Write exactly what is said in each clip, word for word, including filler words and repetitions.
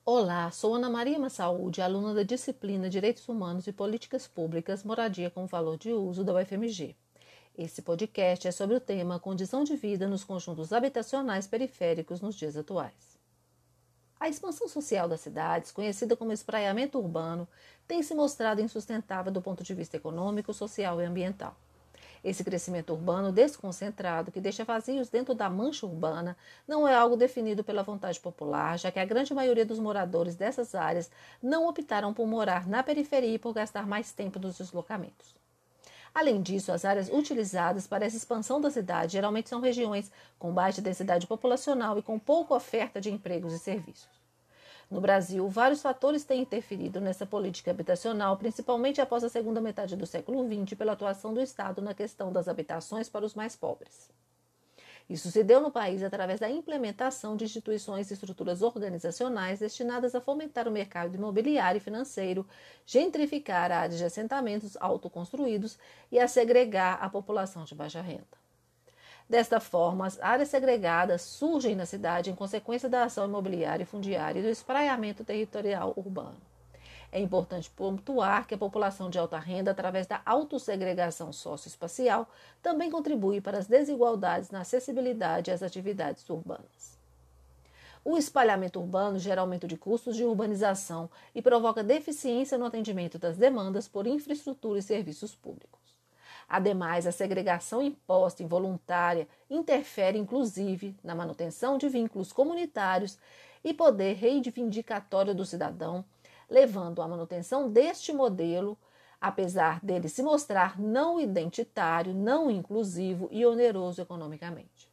Olá, sou Ana Maria Massaúde, aluna da disciplina Direitos Humanos e Políticas Públicas, Moradia com Valor de Uso da U F M G. Esse podcast é sobre o tema Condição de Vida nos Conjuntos Habitacionais Periféricos nos dias atuais. A expansão social das cidades, conhecida como espraiamento urbano, tem se mostrado insustentável do ponto de vista econômico, social e ambiental. Esse crescimento urbano desconcentrado, que deixa vazios dentro da mancha urbana, não é algo definido pela vontade popular, já que a grande maioria dos moradores dessas áreas não optaram por morar na periferia e por gastar mais tempo nos deslocamentos. Além disso, as áreas utilizadas para essa expansão da cidade geralmente são regiões com baixa densidade populacional e com pouca oferta de empregos e serviços. No Brasil, vários fatores têm interferido nessa política habitacional, principalmente após a segunda metade do século vinte, pela atuação do Estado na questão das habitações para os mais pobres. Isso se deu no país através da implementação de instituições e estruturas organizacionais destinadas a fomentar o mercado imobiliário e financeiro, gentrificar áreas de assentamentos autoconstruídos e a segregar a população de baixa renda. Desta forma, as áreas segregadas surgem na cidade em consequência da ação imobiliária e fundiária e do espraiamento territorial urbano. É importante pontuar que a população de alta renda, através da autossegregação socioespacial, também contribui para as desigualdades na acessibilidade às atividades urbanas. O espalhamento urbano gera aumento de custos de urbanização e provoca deficiência no atendimento das demandas por infraestrutura e serviços públicos. Ademais, a segregação imposta e involuntária interfere, inclusive, na manutenção de vínculos comunitários e poder reivindicatório do cidadão, levando à manutenção deste modelo, apesar dele se mostrar não identitário, não inclusivo e oneroso economicamente.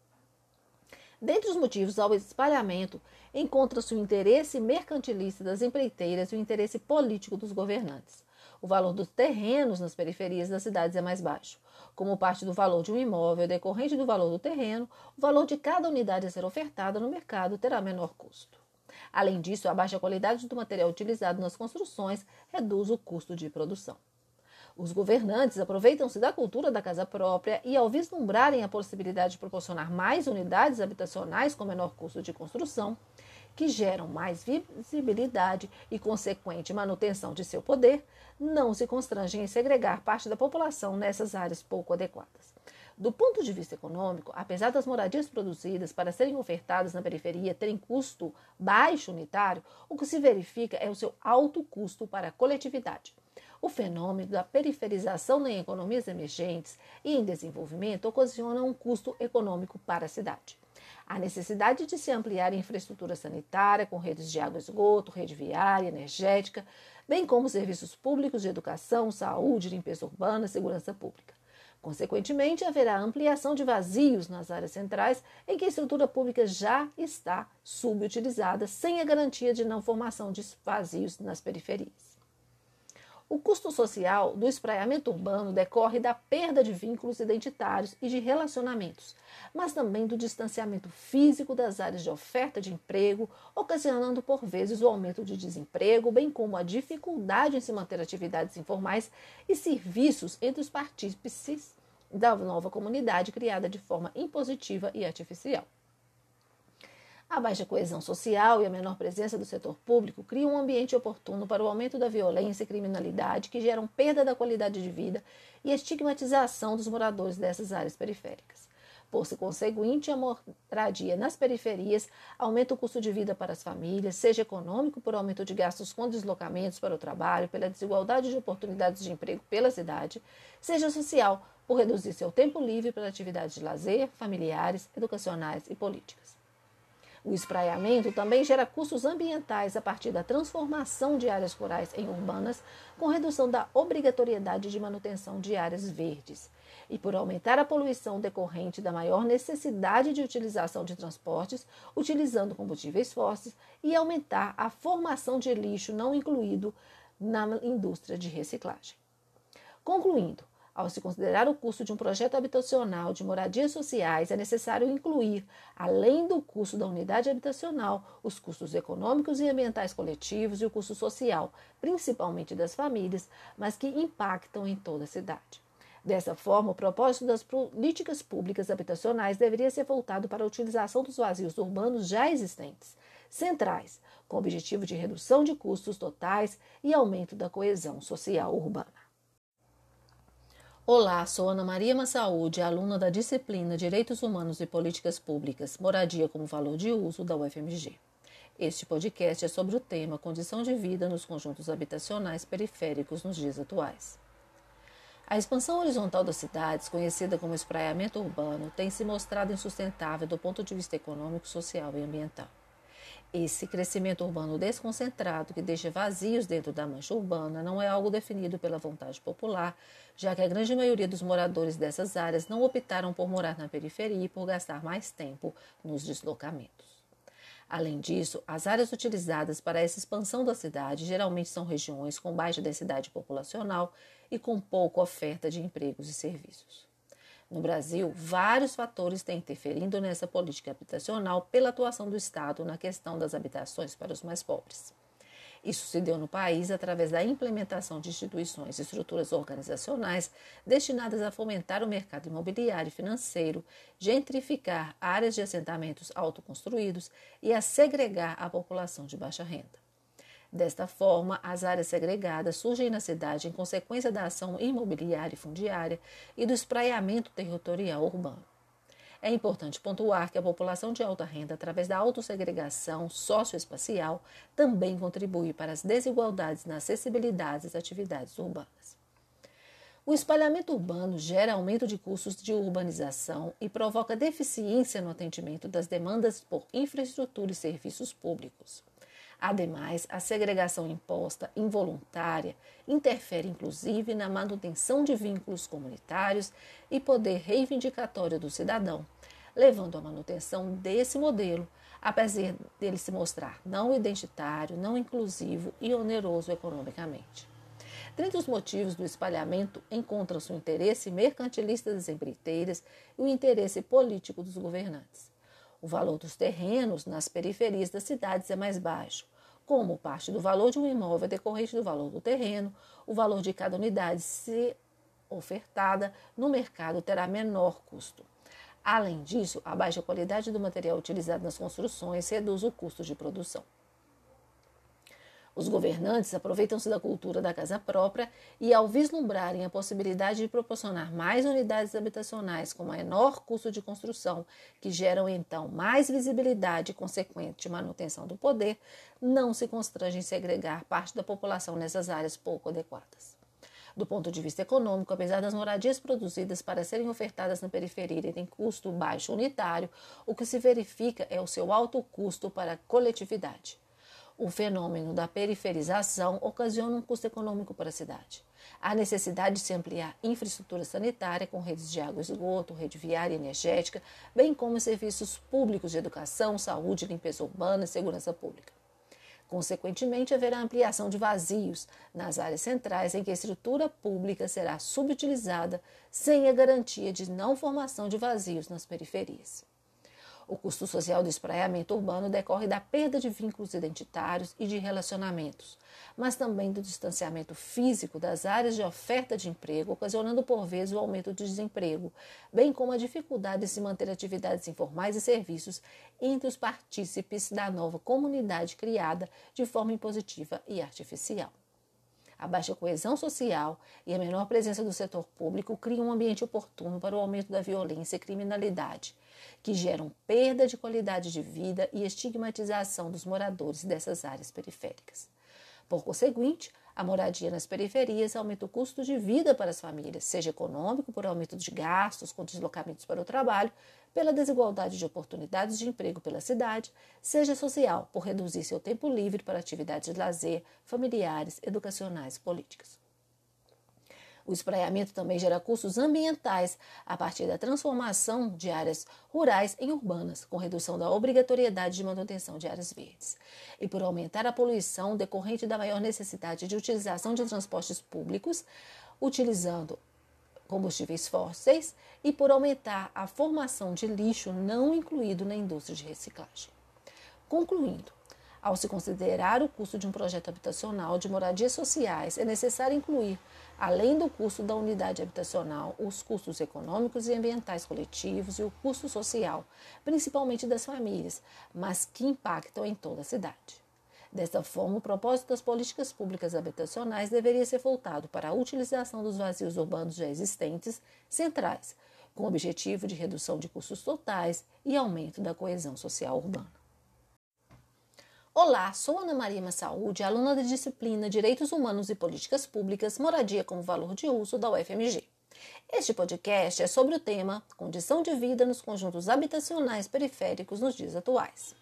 Dentre os motivos ao espalhamento, encontra-se o interesse mercantilista das empreiteiras e o interesse político dos governantes. O valor dos terrenos nas periferias das cidades é mais baixo. Como parte do valor de um imóvel decorrente do valor do terreno, o valor de cada unidade a ser ofertada no mercado terá menor custo. Além disso, a baixa qualidade do material utilizado nas construções reduz o custo de produção. Os governantes aproveitam-se da cultura da casa própria e, ao vislumbrarem a possibilidade de proporcionar mais unidades habitacionais com menor custo de construção, que geram mais visibilidade e consequente manutenção de seu poder, não se constrangem em segregar parte da população nessas áreas pouco adequadas. Do ponto de vista econômico, apesar das moradias produzidas para serem ofertadas na periferia terem custo baixo unitário, o que se verifica é o seu alto custo para a coletividade. O fenômeno da periferização em economias emergentes e em desenvolvimento ocasiona um custo econômico para a cidade. A necessidade de se ampliar a infraestrutura sanitária, com redes de água e esgoto, rede viária, energética, bem como serviços públicos de educação, saúde, limpeza urbana e segurança pública. Consequentemente, haverá ampliação de vazios nas áreas centrais, em que a estrutura pública já está subutilizada, sem a garantia de não formação de vazios nas periferias. O custo social do espraiamento urbano decorre da perda de vínculos identitários e de relacionamentos, mas também do distanciamento físico das áreas de oferta de emprego, ocasionando por vezes o aumento de desemprego, bem como a dificuldade em se manter atividades informais e serviços entre os partícipes da nova comunidade criada de forma impositiva e artificial. A baixa coesão social e a menor presença do setor público criam um ambiente oportuno para o aumento da violência e criminalidade que geram perda da qualidade de vida e a estigmatização dos moradores dessas áreas periféricas. Por ser conseguinte, a moradia nas periferias aumenta o custo de vida para as famílias, seja econômico por aumento de gastos com deslocamentos para o trabalho, pela desigualdade de oportunidades de emprego pela cidade, seja social por reduzir seu tempo livre para atividades de lazer, familiares, educacionais e políticas. O espraiamento também gera custos ambientais a partir da transformação de áreas rurais em urbanas, com redução da obrigatoriedade de manutenção de áreas verdes, e por aumentar a poluição decorrente da maior necessidade de utilização de transportes, utilizando combustíveis fósseis, e aumentar a formação de lixo não incluído na indústria de reciclagem. Concluindo, ao se considerar o custo de um projeto habitacional de moradias sociais, é necessário incluir, além do custo da unidade habitacional, os custos econômicos e ambientais coletivos e o custo social, principalmente das famílias, mas que impactam em toda a cidade. Dessa forma, o propósito das políticas públicas habitacionais deveria ser voltado para a utilização dos vazios urbanos já existentes, centrais, com o objetivo de redução de custos totais e aumento da coesão social urbana. Olá, sou Ana Maria Massaúde, aluna da disciplina Direitos Humanos e Políticas Públicas, Moradia como Valor de Uso da U F M G. Este podcast é sobre o tema Condição de Vida nos Conjuntos Habitacionais Periféricos nos dias atuais. A expansão horizontal das cidades, conhecida como espraiamento urbano, tem se mostrado insustentável do ponto de vista econômico, social e ambiental. Esse crescimento urbano desconcentrado, que deixa vazios dentro da mancha urbana, não é algo definido pela vontade popular, já que a grande maioria dos moradores dessas áreas não optaram por morar na periferia e por gastar mais tempo nos deslocamentos. Além disso, as áreas utilizadas para essa expansão da cidade geralmente são regiões com baixa densidade populacional e com pouca oferta de empregos e serviços. No Brasil, vários fatores têm interferindo nessa política habitacional pela atuação do Estado na questão das habitações para os mais pobres. Isso se deu no país através da implementação de instituições e estruturas organizacionais destinadas a fomentar o mercado imobiliário e financeiro, gentrificar áreas de assentamentos autoconstruídos e a segregar a população de baixa renda. Desta forma, as áreas segregadas surgem na cidade em consequência da ação imobiliária e fundiária e do espraiamento territorial urbano. É importante pontuar que a população de alta renda, através da autossegregação socioespacial, também contribui para as desigualdades na acessibilidade às atividades urbanas. O espalhamento urbano gera aumento de custos de urbanização e provoca deficiência no atendimento das demandas por infraestrutura e serviços públicos. Ademais, a segregação imposta, involuntária, interfere inclusive na manutenção de vínculos comunitários e poder reivindicatório do cidadão, levando à manutenção desse modelo, apesar dele se mostrar não identitário, não inclusivo e oneroso economicamente. Dentre os motivos do espalhamento, encontram-se o interesse mercantilista das empreiteiras e o interesse político dos governantes. O valor dos terrenos nas periferias das cidades é mais baixo. Como parte do valor de um imóvel é decorrente do valor do terreno, o valor de cada unidade, se ofertada no mercado, terá menor custo. Além disso, a baixa qualidade do material utilizado nas construções reduz o custo de produção. Os governantes aproveitam-se da cultura da casa própria e, ao vislumbrarem a possibilidade de proporcionar mais unidades habitacionais com menor custo de construção, que geram então mais visibilidade e consequente manutenção do poder, não se constrangem em segregar parte da população nessas áreas pouco adequadas. Do ponto de vista econômico, apesar das moradias produzidas para serem ofertadas na periferia terem custo baixo unitário, o que se verifica é o seu alto custo para a coletividade. O fenômeno da periferização ocasiona um custo econômico para a cidade. Há necessidade de se ampliar infraestrutura sanitária com redes de água e esgoto, rede viária e energética, bem como serviços públicos de educação, saúde, limpeza urbana e segurança pública. Consequentemente, haverá ampliação de vazios nas áreas centrais em que a estrutura pública será subutilizada sem a garantia de não formação de vazios nas periferias. O custo social do espraiamento urbano decorre da perda de vínculos identitários e de relacionamentos, mas também do distanciamento físico das áreas de oferta de emprego, ocasionando por vezes o aumento do desemprego, bem como a dificuldade de se manter atividades informais e serviços entre os partícipes da nova comunidade criada de forma impositiva e artificial. A baixa coesão social e a menor presença do setor público criam um ambiente oportuno para o aumento da violência e criminalidade, que geram perda de qualidade de vida e estigmatização dos moradores dessas áreas periféricas. Por conseguinte, a moradia nas periferias aumenta o custo de vida para as famílias, seja econômico, por aumento de gastos com deslocamentos para o trabalho, pela desigualdade de oportunidades de emprego pela cidade, seja social, por reduzir seu tempo livre para atividades de lazer, familiares, educacionais e políticas. O espraiamento também gera custos ambientais a partir da transformação de áreas rurais em urbanas, com redução da obrigatoriedade de manutenção de áreas verdes, e por aumentar a poluição decorrente da maior necessidade de utilização de transportes públicos, utilizando combustíveis fósseis, e por aumentar a formação de lixo não incluído na indústria de reciclagem. Concluindo, Ao se considerar o custo de um projeto habitacional de moradias sociais, é necessário incluir, além do custo da unidade habitacional, os custos econômicos e ambientais coletivos e o custo social, principalmente das famílias, mas que impactam em toda a cidade. Desta forma, o propósito das políticas públicas habitacionais deveria ser voltado para a utilização dos vazios urbanos já existentes, centrais, com o objetivo de redução de custos totais e aumento da coesão social urbana. Olá, sou Ana Maria Massaúde, aluna da disciplina Direitos Humanos e Políticas Públicas, Moradia como Valor de Uso da U F M G. Este podcast é sobre o tema Condição de Vida nos Conjuntos Habitacionais Periféricos nos dias atuais.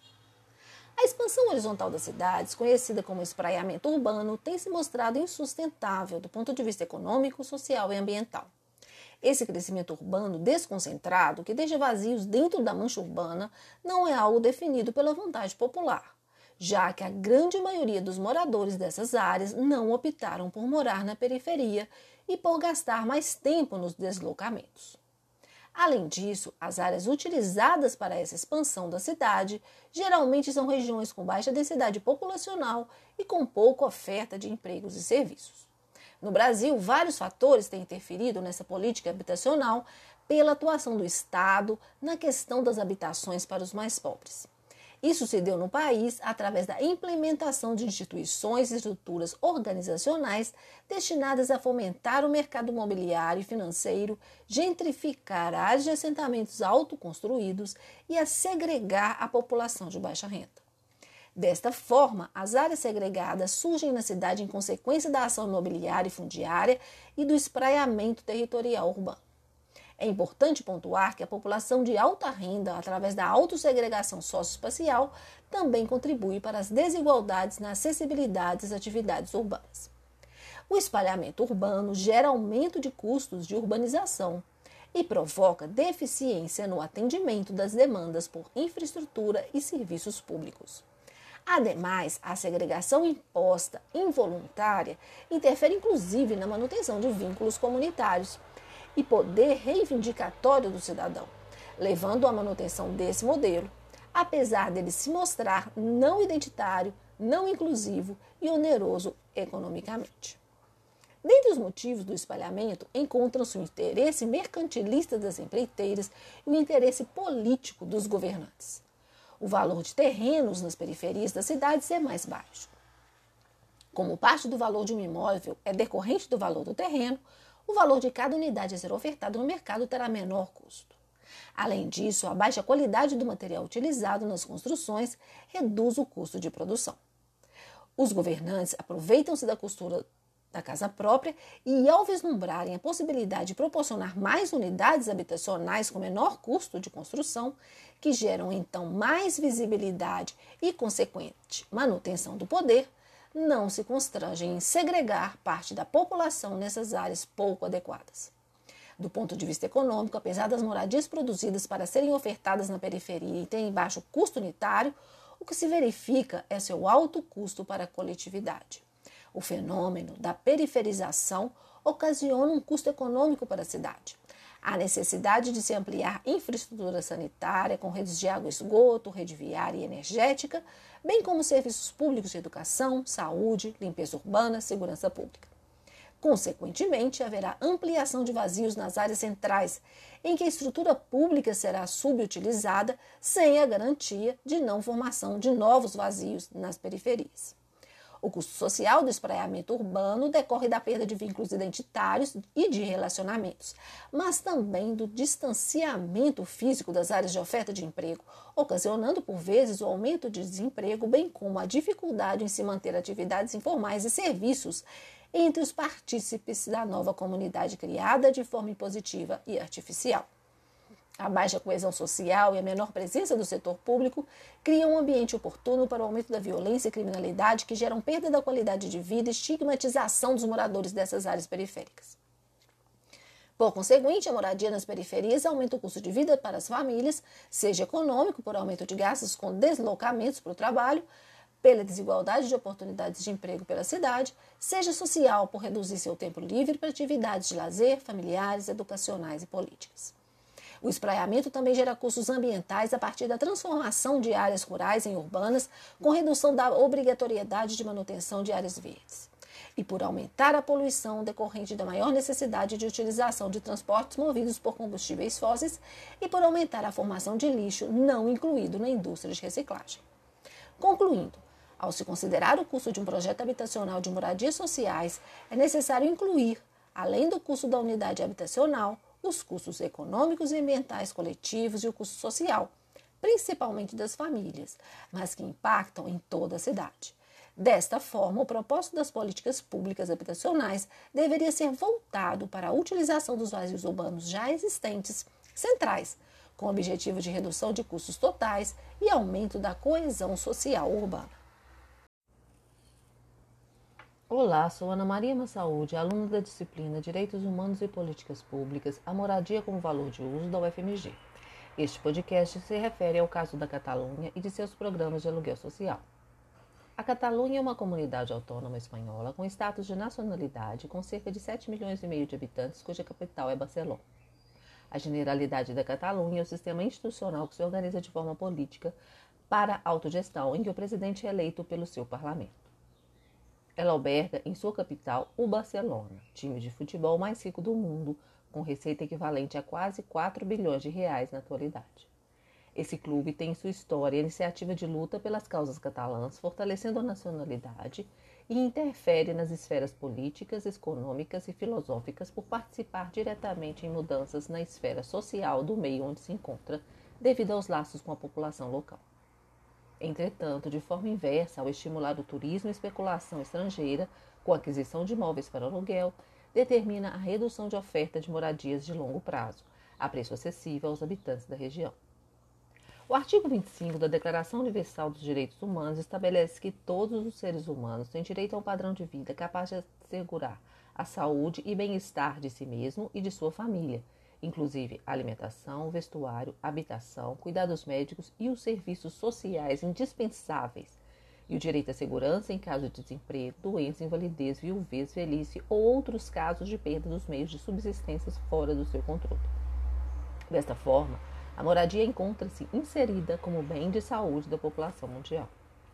A expansão horizontal das cidades, conhecida como espraiamento urbano, tem se mostrado insustentável do ponto de vista econômico, social e ambiental. Esse crescimento urbano desconcentrado, que deixa vazios dentro da mancha urbana, não é algo definido pela vontade popular, já que a grande maioria dos moradores dessas áreas não optaram por morar na periferia e por gastar mais tempo nos deslocamentos. Além disso, as áreas utilizadas para essa expansão da cidade geralmente são regiões com baixa densidade populacional e com pouca oferta de empregos e serviços. No Brasil, vários fatores têm interferido nessa política habitacional pela atuação do Estado na questão das habitações para os mais pobres. Isso se deu no país através da implementação de instituições e estruturas organizacionais destinadas a fomentar o mercado imobiliário e financeiro, gentrificar áreas de assentamentos autoconstruídos e a segregar a população de baixa renda. Desta forma, as áreas segregadas surgem na cidade em consequência da ação imobiliária e fundiária e do espraiamento territorial urbano. É importante pontuar que a população de alta renda, através da autossegregação socioespacial, também contribui para as desigualdades na acessibilidade às atividades urbanas. O espalhamento urbano gera aumento de custos de urbanização e provoca deficiência no atendimento das demandas por infraestrutura e serviços públicos. Ademais, a segregação imposta involuntária interfere inclusive na manutenção de vínculos comunitários e poder reivindicatório do cidadão, levando à manutenção desse modelo, apesar dele se mostrar não identitário, não inclusivo e oneroso economicamente. Dentre os motivos do espalhamento, encontram-se o interesse mercantilista das empreiteiras e o interesse político dos governantes. O valor de terrenos nas periferias das cidades é mais baixo. Como parte do valor de um imóvel é decorrente do valor do terreno, o valor de cada unidade a ser ofertada no mercado terá menor custo. Além disso, a baixa qualidade do material utilizado nas construções reduz o custo de produção. Os governantes aproveitam-se da costura da casa própria e, ao vislumbrarem a possibilidade de proporcionar mais unidades habitacionais com menor custo de construção, que geram então mais visibilidade e consequente manutenção do poder, não se constrangem em segregar parte da população nessas áreas pouco adequadas. Do ponto de vista econômico, apesar das moradias produzidas para serem ofertadas na periferia e terem baixo custo unitário, o que se verifica é seu alto custo para a coletividade. O fenômeno da periferização ocasiona um custo econômico para a cidade. A necessidade de se ampliar infraestrutura sanitária com redes de água e esgoto, rede viária e energética, bem como serviços públicos de educação, saúde, limpeza urbana, segurança pública. Consequentemente, haverá ampliação de vazios nas áreas centrais, em que a estrutura pública será subutilizada sem a garantia de não formação de novos vazios nas periferias. O custo social do espraiamento urbano decorre da perda de vínculos identitários e de relacionamentos, mas também do distanciamento físico das áreas de oferta de emprego, ocasionando por vezes o aumento de desemprego, bem como a dificuldade em se manter atividades informais e serviços entre os partícipes da nova comunidade criada de forma impositiva e artificial. A baixa coesão social e a menor presença do setor público criam um ambiente oportuno para o aumento da violência e criminalidade que geram perda da qualidade de vida e estigmatização dos moradores dessas áreas periféricas. Por conseguinte, a moradia nas periferias aumenta o custo de vida para as famílias, seja econômico, por aumento de gastos com deslocamentos para o trabalho, pela desigualdade de oportunidades de emprego pela cidade, seja social, por reduzir seu tempo livre para atividades de lazer, familiares, educacionais e políticas. O espraiamento também gera custos ambientais a partir da transformação de áreas rurais em urbanas, com redução da obrigatoriedade de manutenção de áreas verdes. E por aumentar a poluição decorrente da maior necessidade de utilização de transportes movidos por combustíveis fósseis e por aumentar a formação de lixo não incluído na indústria de reciclagem. Concluindo, ao se considerar o custo de um projeto habitacional de moradias sociais, é necessário incluir, além do custo da unidade habitacional, os custos econômicos e ambientais coletivos e o custo social, principalmente das famílias, mas que impactam em toda a cidade. Desta forma, o propósito das políticas públicas habitacionais deveria ser voltado para a utilização dos vazios urbanos já existentes, centrais, com o objetivo de redução de custos totais e aumento da coesão social urbana. Olá, sou Ana Maria Massaúde, aluna da disciplina Direitos Humanos e Políticas Públicas, a Moradia como Valor de Uso da U F M G. Este podcast se refere ao caso da Catalunha e de seus programas de aluguel social. A Catalunha é uma comunidade autônoma espanhola com status de nacionalidade com cerca de sete milhões e meio de habitantes, cuja capital é Barcelona. A Generalidade da Catalunha é o sistema institucional que se organiza de forma política para a autogestão, em que o presidente é eleito pelo seu parlamento. Ela alberga em sua capital o Barcelona, time de futebol mais rico do mundo, com receita equivalente a quase quatro bilhões de reais na atualidade. Esse clube tem em sua história a iniciativa de luta pelas causas catalãs, fortalecendo a nacionalidade e interfere nas esferas políticas, econômicas e filosóficas por participar diretamente em mudanças na esfera social do meio onde se encontra, devido aos laços com a população local. Entretanto, de forma inversa, ao estimular o turismo e especulação estrangeira com a aquisição de imóveis para aluguel, determina a redução de oferta de moradias de longo prazo, a preço acessível aos habitantes da região. O artigo vinte e cinco da Declaração Universal dos Direitos Humanos estabelece que todos os seres humanos têm direito a um padrão de vida capaz de assegurar a saúde e bem-estar de si mesmo e de sua família, inclusive alimentação, vestuário, habitação, cuidados médicos e os serviços sociais indispensáveis, e o direito à segurança em caso de desemprego, doença, invalidez, viuvez, velhice ou outros casos de perda dos meios de subsistência fora do seu controle. Desta forma, a moradia encontra-se inserida como bem de saúde da população mundial.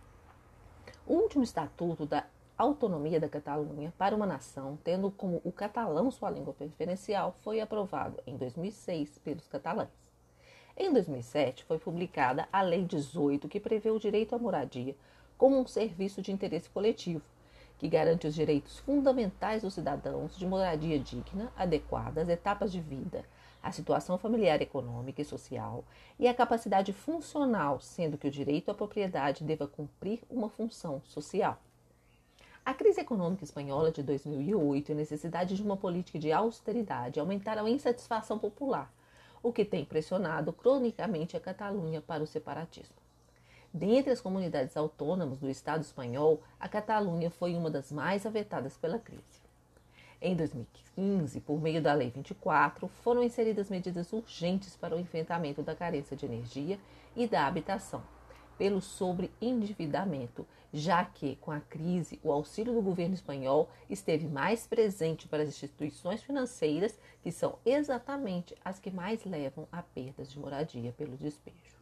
O último estatuto da Autonomia da Catalunha para uma nação, tendo como o catalão sua língua preferencial, foi aprovado em dois mil e seis pelos catalães. Em dois mil e sete foi publicada a Lei dezoito, que prevê o direito à moradia como um serviço de interesse coletivo, que garante os direitos fundamentais dos cidadãos de moradia digna, adequada às etapas de vida, a situação familiar, econômica e social e a capacidade funcional, sendo que o direito à propriedade deva cumprir uma função social. A crise econômica espanhola de dois mil e oito e a necessidade de uma política de austeridade aumentaram a insatisfação popular, o que tem pressionado cronicamente a Catalunha para o separatismo. Dentre as comunidades autônomas do Estado espanhol, a Catalunha foi uma das mais afetadas pela crise. Em dois mil e quinze, por meio da Lei vinte e quatro, foram inseridas medidas urgentes para o enfrentamento da carência de energia e da habitação, pelo sobreendividamento, já que, com a crise, o auxílio do governo espanhol esteve mais presente para as instituições financeiras, que são exatamente as que mais levam a perdas de moradia pelo despejo.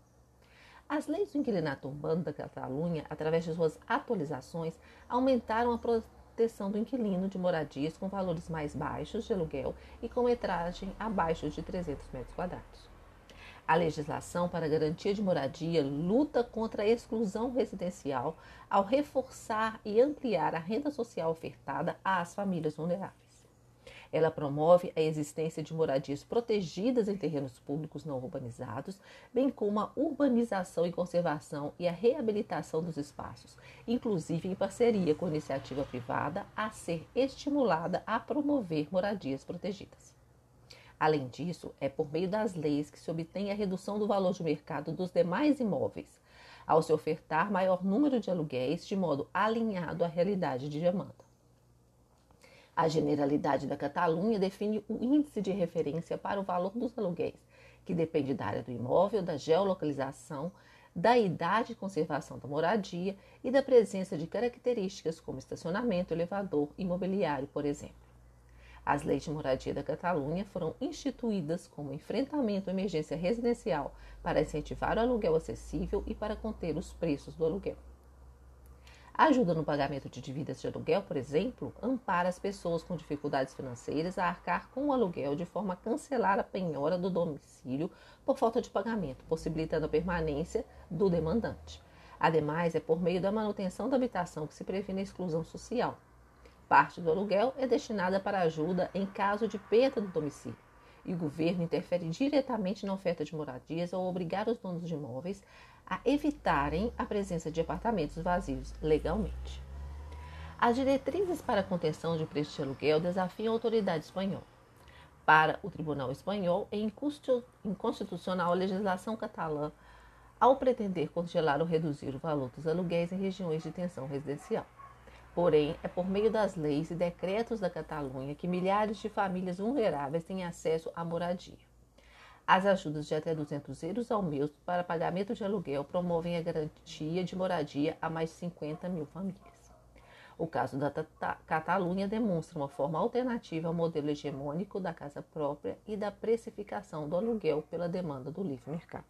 As leis do inquilinato urbano da Catalunha, através de suas atualizações, aumentaram a proteção do inquilino de moradias com valores mais baixos de aluguel e com metragem abaixo de trezentos metros quadrados. A legislação para a garantia de moradia luta contra a exclusão residencial ao reforçar e ampliar a renda social ofertada às famílias vulneráveis. Ela promove a existência de moradias protegidas em terrenos públicos não urbanizados, bem como a urbanização e conservação e a reabilitação dos espaços, inclusive em parceria com a iniciativa privada, a ser estimulada a promover moradias protegidas. Além disso, é por meio das leis que se obtém a redução do valor de mercado dos demais imóveis, ao se ofertar maior número de aluguéis de modo alinhado à realidade de demanda. A Generalidade da Catalunha define o índice de referência para o valor dos aluguéis, que depende da área do imóvel, da geolocalização, da idade de conservação da moradia e da presença de características como estacionamento, elevador e mobiliário, por exemplo. As leis de moradia da Catalunha foram instituídas como enfrentamento à emergência residencial para incentivar o aluguel acessível e para conter os preços do aluguel. A ajuda no pagamento de dívidas de aluguel, por exemplo, ampara as pessoas com dificuldades financeiras a arcar com o aluguel de forma a cancelar a penhora do domicílio por falta de pagamento, possibilitando a permanência do demandante. Ademais, é por meio da manutenção da habitação que se previne a exclusão social. Parte do aluguel é destinada para ajuda em caso de perda do domicílio, e o governo interfere diretamente na oferta de moradias ao obrigar os donos de imóveis a evitarem a presença de apartamentos vazios legalmente. As diretrizes para a contenção de preços de aluguel desafiam a autoridade espanhola. Para o Tribunal Espanhol, é inconstitucional a legislação catalã ao pretender congelar ou reduzir o valor dos aluguéis em regiões de tensão residencial. Porém, é por meio das leis e decretos da Catalunha que milhares de famílias vulneráveis têm acesso à moradia. As ajudas de até duzentos euros ao mês para pagamento de aluguel promovem a garantia de moradia a mais de cinquenta mil famílias. O caso da Catalunha demonstra uma forma alternativa ao modelo hegemônico da casa própria e da precificação do aluguel pela demanda do livre mercado.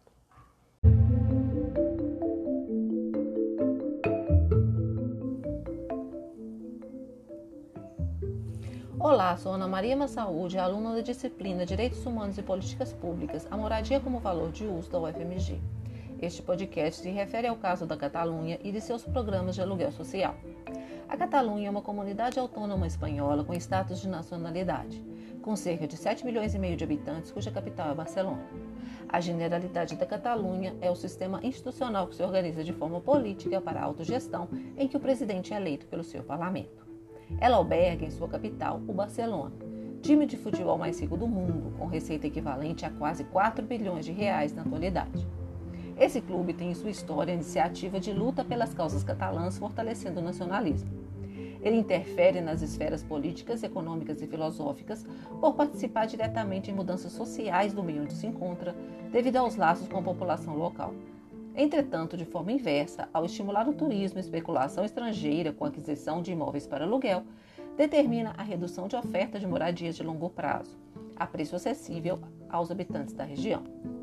Olá, sou Ana Maria Massaúde, aluna da disciplina Direitos Humanos e Políticas Públicas, a moradia como valor de uso da U F M G. Este podcast se refere ao caso da Catalunha e de seus programas de aluguel social. A Catalunha é uma comunidade autônoma espanhola com status de nacionalidade, com cerca de sete milhões e meio de habitantes, cuja capital é Barcelona. A Generalidade da Catalunha é o sistema institucional que se organiza de forma política para a autogestão, em que o presidente é eleito pelo seu parlamento. Ela alberga em sua capital o Barcelona, time de futebol mais rico do mundo, com receita equivalente a quase quatro bilhões de reais na atualidade. Esse clube tem em sua história a iniciativa de luta pelas causas catalãs, fortalecendo o nacionalismo. Ele interfere nas esferas políticas, econômicas e filosóficas por participar diretamente em mudanças sociais do meio onde se encontra, devido aos laços com a população local. Entretanto, de forma inversa, ao estimular o turismo e especulação estrangeira com a aquisição de imóveis para aluguel, determina a redução de oferta de moradias de longo prazo, a preço acessível aos habitantes da região.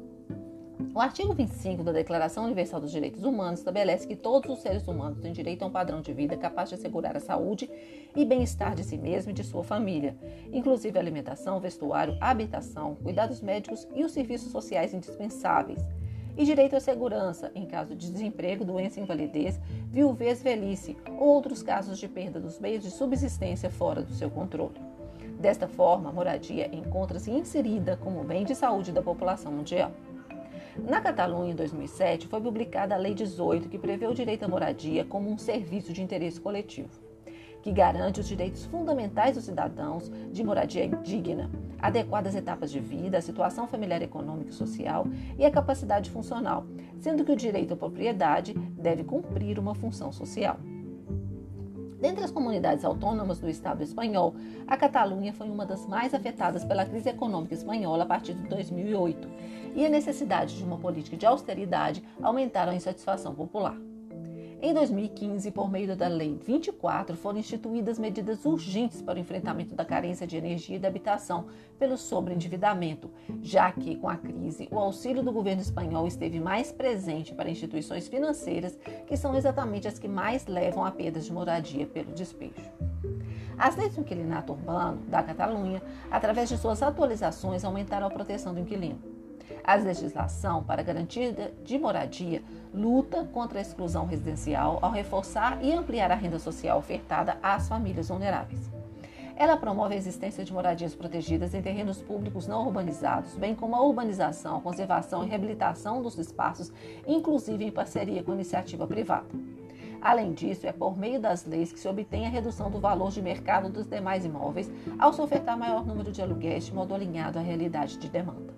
O artigo vinte e cinco da Declaração Universal dos Direitos Humanos estabelece que todos os seres humanos têm direito a um padrão de vida capaz de assegurar a saúde e bem-estar de si mesmo e de sua família, inclusive alimentação, vestuário, habitação, cuidados médicos e os serviços sociais indispensáveis, e direito à segurança em caso de desemprego, doença, invalidez, viuvez, velhice ou outros casos de perda dos meios de subsistência fora do seu controle. Desta forma, a moradia encontra-se inserida como bem de saúde da população mundial. Na Catalunha, em dois mil e sete, foi publicada a Lei dezoito, que prevê o direito à moradia como um serviço de interesse coletivo, que garante os direitos fundamentais dos cidadãos de moradia digna, adequadas etapas de vida, a situação familiar, econômica e social e a capacidade funcional, sendo que o direito à propriedade deve cumprir uma função social. Dentre as comunidades autônomas do Estado espanhol, a Catalunha foi uma das mais afetadas pela crise econômica espanhola a partir de dois mil e oito, e a necessidade de uma política de austeridade aumentaram a insatisfação popular. Em dois mil e quinze, por meio da Lei vinte e quatro, foram instituídas medidas urgentes para o enfrentamento da carência de energia e da habitação pelo sobreendividamento, já que, com a crise, o auxílio do governo espanhol esteve mais presente para instituições financeiras, que são exatamente as que mais levam a perdas de moradia pelo despejo. As leis do inquilinato urbano da Catalunha, através de suas atualizações, aumentaram a proteção do inquilino. A legislação para a garantia de moradia luta contra a exclusão residencial ao reforçar e ampliar a renda social ofertada às famílias vulneráveis. Ela promove a existência de moradias protegidas em terrenos públicos não urbanizados, bem como a urbanização, a conservação e reabilitação dos espaços, inclusive em parceria com a iniciativa privada. Além disso, é por meio das leis que se obtém a redução do valor de mercado dos demais imóveis ao se ofertar maior número de aluguéis de modo alinhado à realidade de demanda.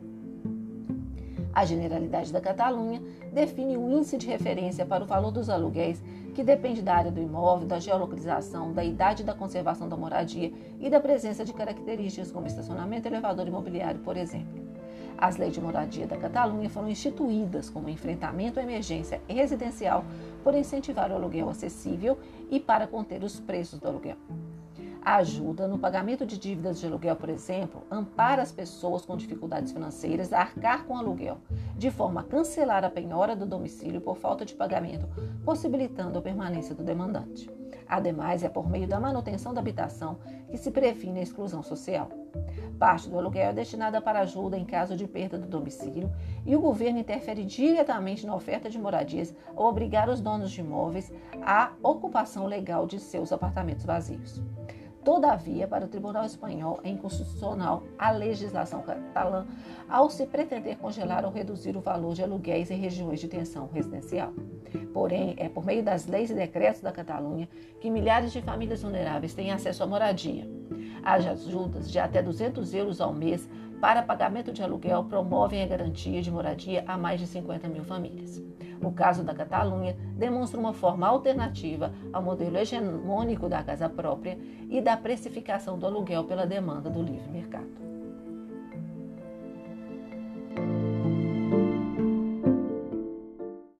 A Generalidade da Catalunha define o índice de referência para o valor dos aluguéis, que depende da área do imóvel, da geolocalização, da idade da conservação da moradia e da presença de características como estacionamento, elevador imobiliário, por exemplo. As leis de moradia da Catalunha foram instituídas como enfrentamento à emergência residencial por incentivar o aluguel acessível e para conter os preços do aluguel. A ajuda no pagamento de dívidas de aluguel, por exemplo, ampara as pessoas com dificuldades financeiras a arcar com aluguel, de forma a cancelar a penhora do domicílio por falta de pagamento, possibilitando a permanência do demandante. Ademais, é por meio da manutenção da habitação que se previne a exclusão social. Parte do aluguel é destinada para ajuda em caso de perda do domicílio e o governo interfere diretamente na oferta de moradias ao obrigar os donos de imóveis à ocupação legal de seus apartamentos vazios. Todavia, para o Tribunal Espanhol, é inconstitucional a legislação catalã ao se pretender congelar ou reduzir o valor de aluguéis em regiões de tensão residencial. Porém, é por meio das leis e decretos da Catalunha que milhares de famílias vulneráveis têm acesso à moradia. As ajudas de até duzentos euros ao mês para pagamento de aluguel promovem a garantia de moradia a mais de cinquenta mil famílias. O caso da Catalunha demonstra uma forma alternativa ao modelo hegemônico da casa própria e da precificação do aluguel pela demanda do livre mercado.